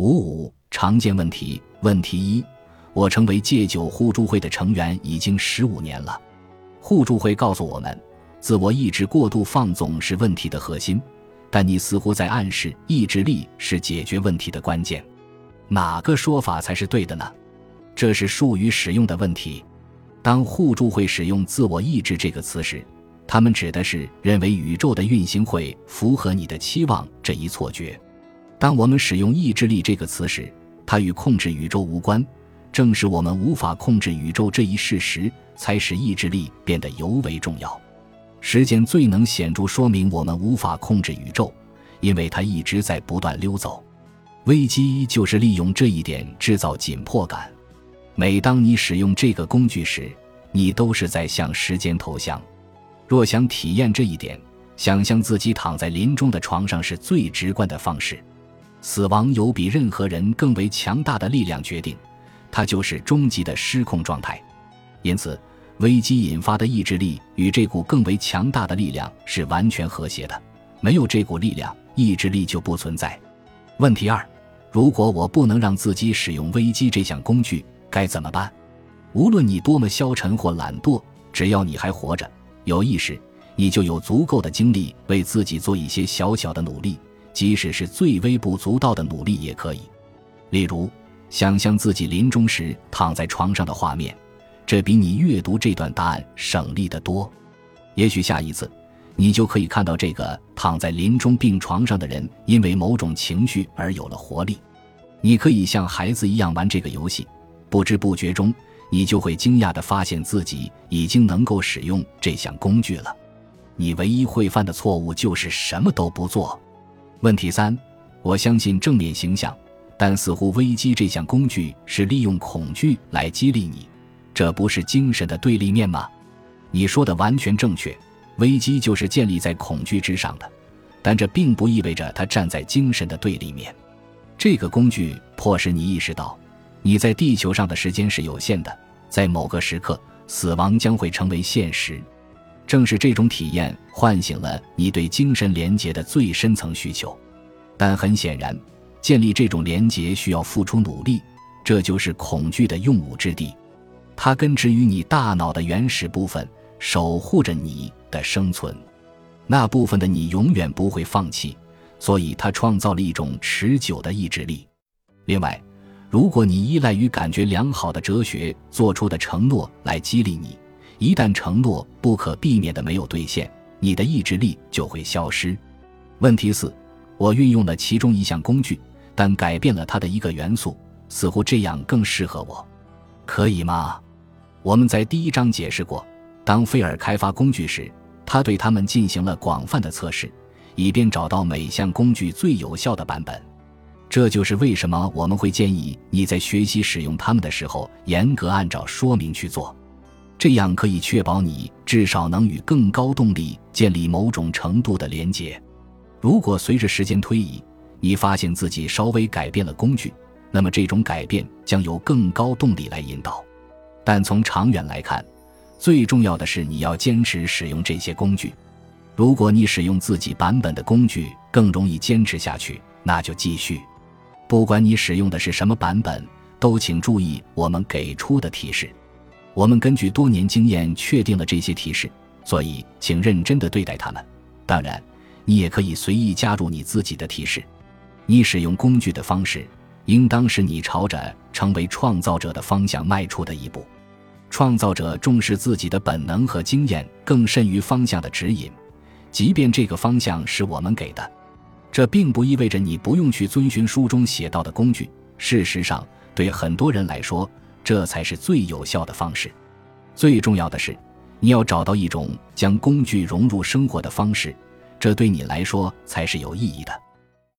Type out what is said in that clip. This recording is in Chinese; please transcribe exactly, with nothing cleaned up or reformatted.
五五常见问题。问题一：我成为戒酒互助会的成员已经十五年了。互助会告诉我们，自我意志过度放纵是问题的核心，但你似乎在暗示意志力是解决问题的关键。哪个说法才是对的呢？这是术语使用的问题。当互助会使用自我意志这个词时，他们指的是认为宇宙的运行会符合你的期望这一错觉。当我们使用意志力这个词时，它与控制宇宙无关，正是我们无法控制宇宙这一事实，才使意志力变得尤为重要。时间最能显著说明我们无法控制宇宙，因为它一直在不断溜走。危机就是利用这一点制造紧迫感。每当你使用这个工具时，你都是在向时间投降。若想体验这一点，想象自己躺在临终的床上是最直观的方式。死亡由比任何人更为强大的力量决定，它就是终极的失控状态。因此，危机引发的意志力与这股更为强大的力量是完全和谐的。没有这股力量，意志力就不存在。问题二：如果我不能让自己使用危机这项工具，该怎么办？无论你多么消沉或懒惰，只要你还活着，有意识，你就有足够的精力为自己做一些小小的努力，即使是最微不足道的努力也可以。例如，想象自己临终时躺在床上的画面，这比你阅读这段答案省力得多。也许下一次，你就可以看到这个躺在临终病床上的人因为某种情绪而有了活力。你可以像孩子一样玩这个游戏，不知不觉中，你就会惊讶地发现自己已经能够使用这项工具了。你唯一会犯的错误就是什么都不做。问题三：我相信正面形象，但似乎危机这项工具是利用恐惧来激励你，这不是精神的对立面吗？你说的完全正确，危机就是建立在恐惧之上的，但这并不意味着它站在精神的对立面。这个工具迫使你意识到，你在地球上的时间是有限的，在某个时刻，死亡将会成为现实。正是这种体验唤醒了你对精神连结的最深层需求。但很显然，建立这种连结需要付出努力，这就是恐惧的用武之地。它根植于你大脑的原始部分，守护着你的生存。那部分的你永远不会放弃，所以它创造了一种持久的意志力。另外，如果你依赖于感觉良好的哲学做出的承诺来激励你，一旦承诺不可避免的没有兑现，你的意志力就会消失。问题四：我运用了其中一项工具，但改变了它的一个元素，似乎这样更适合我，可以吗？我们在第一章解释过，当菲尔开发工具时，他对它们进行了广泛的测试，以便找到每项工具最有效的版本。这就是为什么我们会建议你在学习使用它们的时候严格按照说明去做，这样可以确保你至少能与更高动力建立某种程度的连结。如果随着时间推移，你发现自己稍微改变了工具，那么这种改变将由更高动力来引导。但从长远来看，最重要的是你要坚持使用这些工具。如果你使用自己版本的工具更容易坚持下去，那就继续。不管你使用的是什么版本，都请注意我们给出的提示。我们根据多年经验确定了这些提示，所以请认真地对待它们。当然，你也可以随意加入你自己的提示。你使用工具的方式，应当是你朝着成为创造者的方向迈出的一步。创造者重视自己的本能和经验更甚于方向的指引，即便这个方向是我们给的。这并不意味着你不用去遵循书中写到的工具，事实上，对很多人来说，这才是最有效的方式。最重要的是，你要找到一种将工具融入生活的方式，这对你来说才是有意义的。